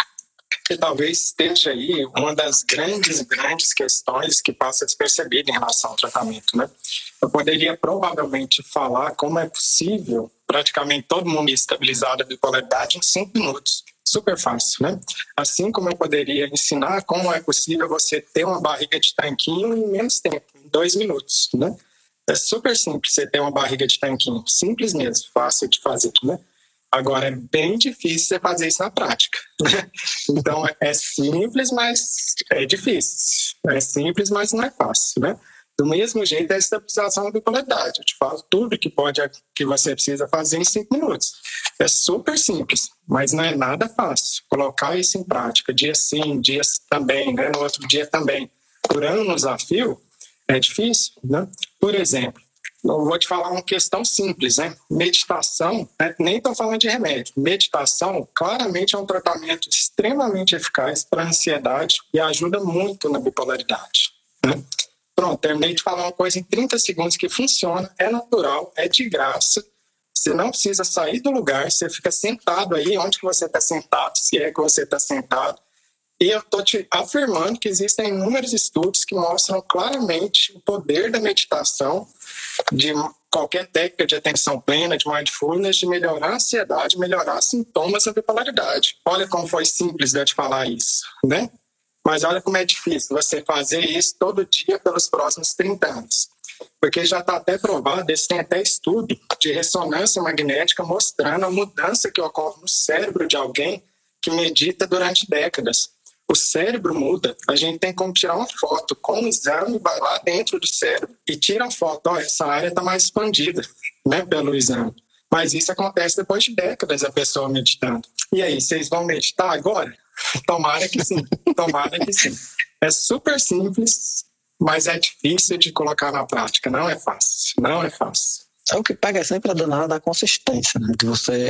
e talvez esteja aí uma das grandes, grandes questões que passa despercebida em relação ao tratamento, né? Eu poderia provavelmente falar como é possível praticamente todo mundo estabilizar a bipolaridade em cinco minutos. Super fácil, né? Assim como eu poderia ensinar como é possível você ter uma barriga de tanquinho em menos tempo, em dois minutos, né? É super simples você ter uma barriga de tanquinho, simples mesmo, fácil de fazer, né? Agora, é bem difícil você fazer isso na prática, né? Então, é simples, mas é difícil. É simples, mas não é fácil, né? Do mesmo jeito, é a estabilização da bipolaridade. Eu te falo tudo que, pode, que você precisa fazer em cinco minutos. É super simples, mas não é nada fácil. Colocar isso em prática, dia sim, dia também, né? No outro dia também. Por anos a fio, é difícil, né? Por exemplo, eu vou te falar uma questão simples, né? Meditação, né? Nem estou falando de remédio. Meditação, claramente, é um tratamento extremamente eficaz para a ansiedade e ajuda muito na bipolaridade, né? Pronto, terminei de falar uma coisa em trinta segundos que funciona, é natural, é de graça. Você não precisa sair do lugar, você fica sentado aí, onde que você está sentado, se é que você está sentado. E eu estou te afirmando que existem inúmeros estudos que mostram claramente o poder da meditação, de qualquer técnica de atenção plena, de mindfulness, de melhorar a ansiedade, melhorar sintomas da bipolaridade. Olha como foi simples de eu te falar isso, né? Mas olha como é difícil você fazer isso todo dia pelos próximos trinta anos. Porque já está até provado, eles têm até estudo de ressonância magnética mostrando a mudança que ocorre no cérebro de alguém que medita durante décadas. O cérebro muda, a gente tem como tirar uma foto com um exame, vai lá dentro do cérebro e tira a foto. Ó, essa área está mais expandida, né, pelo exame. Mas isso acontece depois de décadas, a pessoa meditando. E aí, vocês vão meditar agora? Tomara que sim, tomara que sim. É super simples, mas é difícil de colocar na prática. Não é fácil, não é fácil. É o que pega sempre a danada da consistência, né? De você...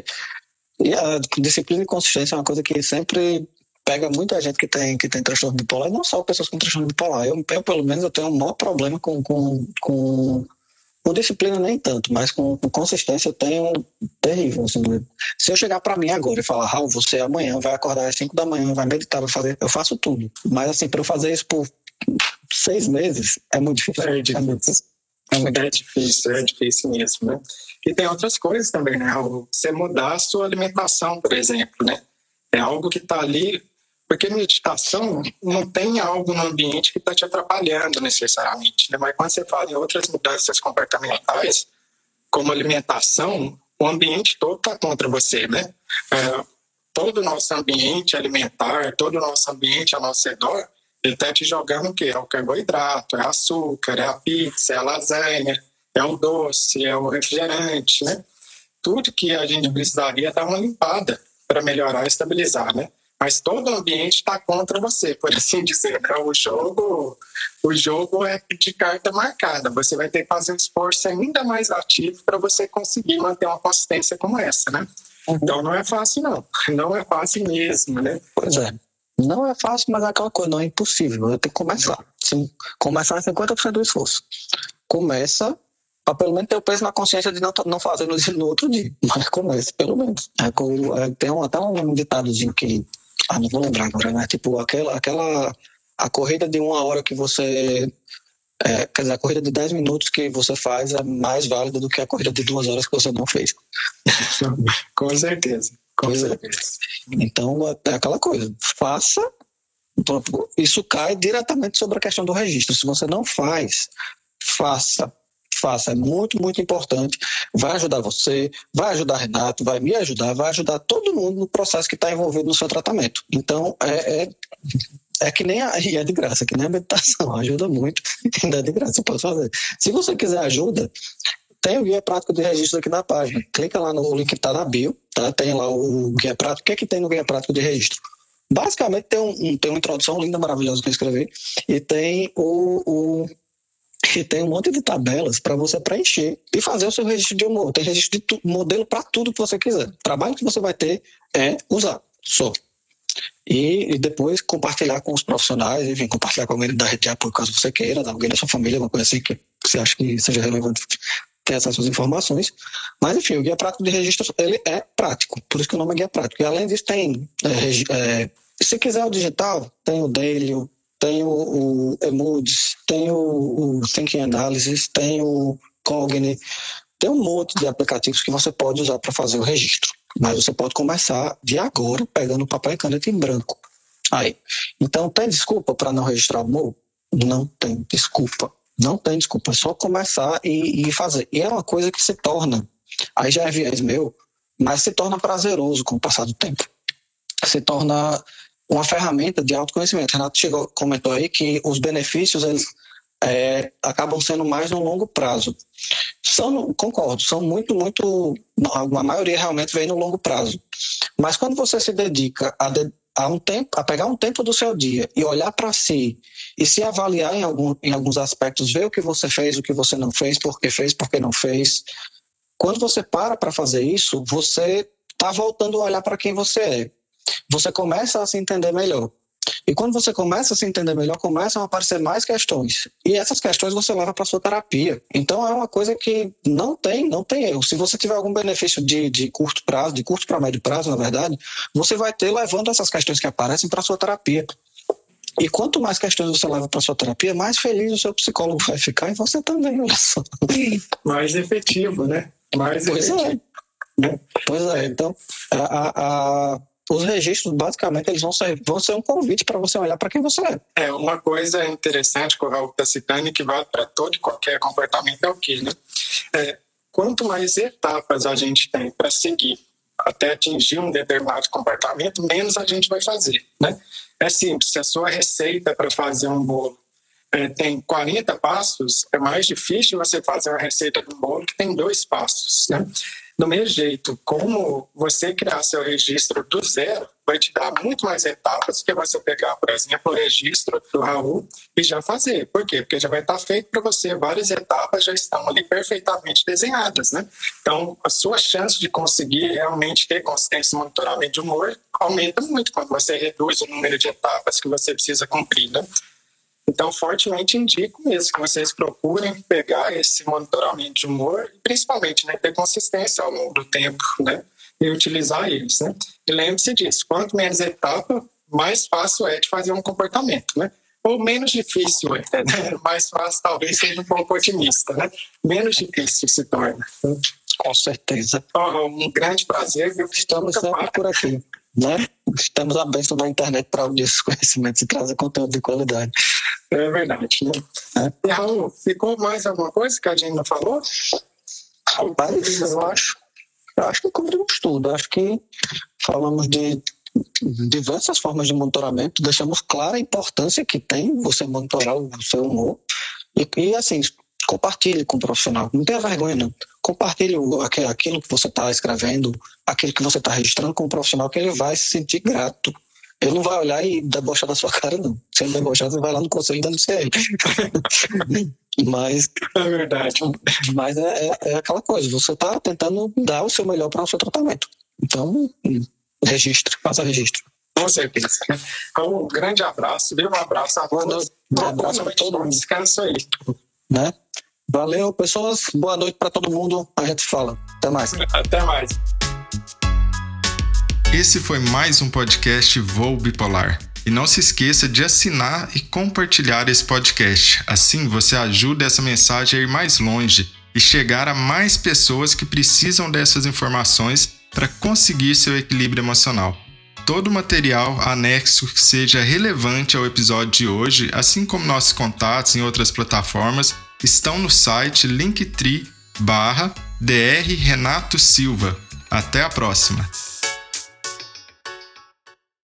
E a disciplina e consistência é uma coisa que sempre pega muita gente que tem, que tem transtorno bipolar, e não só pessoas com transtorno bipolar. Eu, eu pelo menos, eu tenho um maior problema com... com, com Com disciplina nem tanto, mas com, com consistência eu tenho terrível. Assim, se eu chegar para mim agora e falar, Raul, você amanhã vai acordar às cinco da manhã, vai meditar, vai fazer, eu faço tudo. Mas assim, para eu fazer isso por seis meses, é muito difícil. É difícil, é, muito, é, muito... é difícil, é difícil mesmo, né? E tem outras coisas também, né, Raul? Você mudar a sua alimentação, por exemplo, né? É algo que está ali... Porque meditação não tem algo no ambiente que está te atrapalhando necessariamente, né? Mas quando você fala em outras mudanças comportamentais, como alimentação, o ambiente todo está contra você, né? É, todo o nosso ambiente alimentar, todo o nosso ambiente ao nosso redor, ele está te jogando o quê? É o carboidrato, é o açúcar, é a pizza, é a lasanha, é o doce, é o refrigerante, né? Tudo que a gente precisaria dar uma limpada para melhorar e estabilizar, né? Mas todo o ambiente está contra você, por assim dizer, né? O jogo, o jogo é de carta marcada. Você vai ter que fazer um esforço ainda mais ativo para você conseguir manter uma consistência como essa, né? Então não é fácil, não. Não é fácil mesmo, né? Pois é. Não é fácil, mas é aquela coisa, não é impossível. Eu tenho que começar. Se começar é cinquenta por cento do esforço. Começa, para pelo menos ter o peso na consciência de não, não fazer no, no outro dia. Mas comece, pelo menos. É, é, tem um, até um ditadozinho que... Ah, não vou lembrar agora, né? Tipo, aquela... aquela a corrida de uma hora que você... É, quer dizer, a corrida de dez minutos que você faz é mais válida do que a corrida de duas horas que você não fez. Com certeza. Com Pois certeza. é. Então, é aquela coisa. Faça. Isso cai diretamente sobre a questão do registro. Se você não faz, faça. Faça. É muito, muito importante. Vai ajudar você, vai ajudar Renato, vai me ajudar, vai ajudar todo mundo no processo que está envolvido no seu tratamento. Então, é... é É que nem a, e é de graça, que nem a meditação, ajuda muito, ainda é de graça, você pode fazer. Se você quiser ajuda, tem o guia prático de registro aqui na página. Clica lá no link que está na bio, tá? Tem lá o guia prático. O que é que tem no guia prático de registro? Basicamente tem, um, tem uma introdução linda, maravilhosa que eu escrevi, e tem o, o e tem um monte de tabelas para você preencher e fazer o seu registro de humor. Tem registro de tu, modelo para tudo que você quiser. O trabalho que você vai ter é usar só. E, e depois compartilhar com os profissionais, enfim, compartilhar com alguém da rede de apoio, caso você queira, alguém da sua família, alguma coisa assim que você acha que seja relevante ter essas suas informações. Mas, enfim, o guia prático de registro, ele é prático, por isso que o nome é guia prático. E além disso, tem, é, é, se quiser o digital, tem o Daily, tem o, o Emoods, tem o, o Thinking Analysis, tem o Cogni, tem um monte de aplicativos que você pode usar para fazer o registro. Mas você pode começar de agora pegando papel e caneta em branco. Aí. Então, tem desculpa para não registrar o humor? Não tem desculpa. Não tem desculpa. É só começar e, e fazer. E é uma coisa que se torna, aí já é viés meu, mas se torna prazeroso com o passar do tempo. Se torna uma ferramenta de autoconhecimento. Renato chegou, comentou aí que os benefícios, eles é, acabam sendo mais no longo prazo. São, concordo, são muito, muito... A maioria realmente vem no longo prazo. Mas quando você se dedica a, de, a, um tempo, a pegar um tempo do seu dia e olhar para si e se avaliar em, algum, em alguns aspectos, ver o que você fez, o que você não fez, por que fez, por que não fez. Quando você para para fazer isso, você está voltando a olhar para quem você é. Você começa a se entender melhor. E quando você começa a se entender melhor, começam a aparecer mais questões. E essas questões você leva para a sua terapia. Então é uma coisa que não tem, não tem erro. Se você tiver algum benefício de, de curto prazo, de curto para médio prazo, na verdade, você vai ter levando essas questões que aparecem para a sua terapia. E quanto mais questões você leva para a sua terapia, mais feliz o seu psicólogo vai ficar e você também, olha só. Mais efetivo, né? Mais pois efetivo. É. Pois é, então a... a, a os registros, basicamente, eles vão ser, vão ser um convite para você olhar para quem você é. É, uma coisa interessante que o Raul está citando e que vale para todo e qualquer comportamento é o quê, né? É, quanto mais etapas a gente tem para seguir até atingir um determinado comportamento, menos a gente vai fazer, né? É simples, se a sua receita para fazer um bolo é, tem quarenta passos, é mais difícil você fazer uma receita de um bolo que tem dois passos, né? Do mesmo jeito, como você criar seu registro do zero, vai te dar muito mais etapas que você pegar, por exemplo, o registro do Raul e já fazer. Por quê? Porque já vai estar feito para você, várias etapas já estão ali perfeitamente desenhadas, né? Então, a sua chance de conseguir realmente ter consistência e monitoramento de humor aumenta muito quando você reduz o número de etapas que você precisa cumprir, né? Então, fortemente indico mesmo que vocês procurem pegar esse monitoramento de humor e, principalmente, né, ter consistência ao longo do tempo, né, e utilizar eles, né. E lembre-se disso, quanto menos etapa, mais fácil é de fazer um comportamento, né. Ou menos difícil, né? Mais fácil talvez seja um pouco otimista, né. Menos difícil se torna. Né? Com certeza. Oh, um grande prazer. Estamos sempre por aqui, né? Estamos à bênção da internet para unir esses conhecimentos e trazer conteúdo de qualidade. É verdade, né? É. E, Raul, ficou mais alguma coisa que a gente não falou? Rapaz, eu acho, eu acho que cobrimos tudo. Acho que falamos de diversas formas de monitoramento, deixamos clara a importância que tem você monitorar o seu humor. E, e assim, compartilhe com o profissional. Não tenha vergonha, não. Compartilhe aquilo que você está escrevendo, aquilo que você está registrando com o profissional, que ele vai se sentir grato. Ele não vai olhar e debochar da sua cara, não. Se ele debochar, você vai lá no conselho e denuncia ele. Mas, é verdade. Mas é, é, é aquela coisa, você está tentando dar o seu melhor para o seu tratamento. Então, registro, faça registro. Com certeza. Então, um grande abraço, dê um abraço a todos. Um abraço para todo mundo. Descanso aí. Né? Valeu, pessoas. Boa noite para todo mundo. A gente fala. Até mais. Até mais. Esse foi mais um podcast Voo Bipolar. E não se esqueça de assinar e compartilhar esse podcast. Assim você ajuda essa mensagem a ir mais longe e chegar a mais pessoas que precisam dessas informações para conseguir seu equilíbrio emocional. Todo material anexo que seja relevante ao episódio de hoje, assim como nossos contatos em outras plataformas, estão no site linktree barra dr Renato Silva. Até a próxima!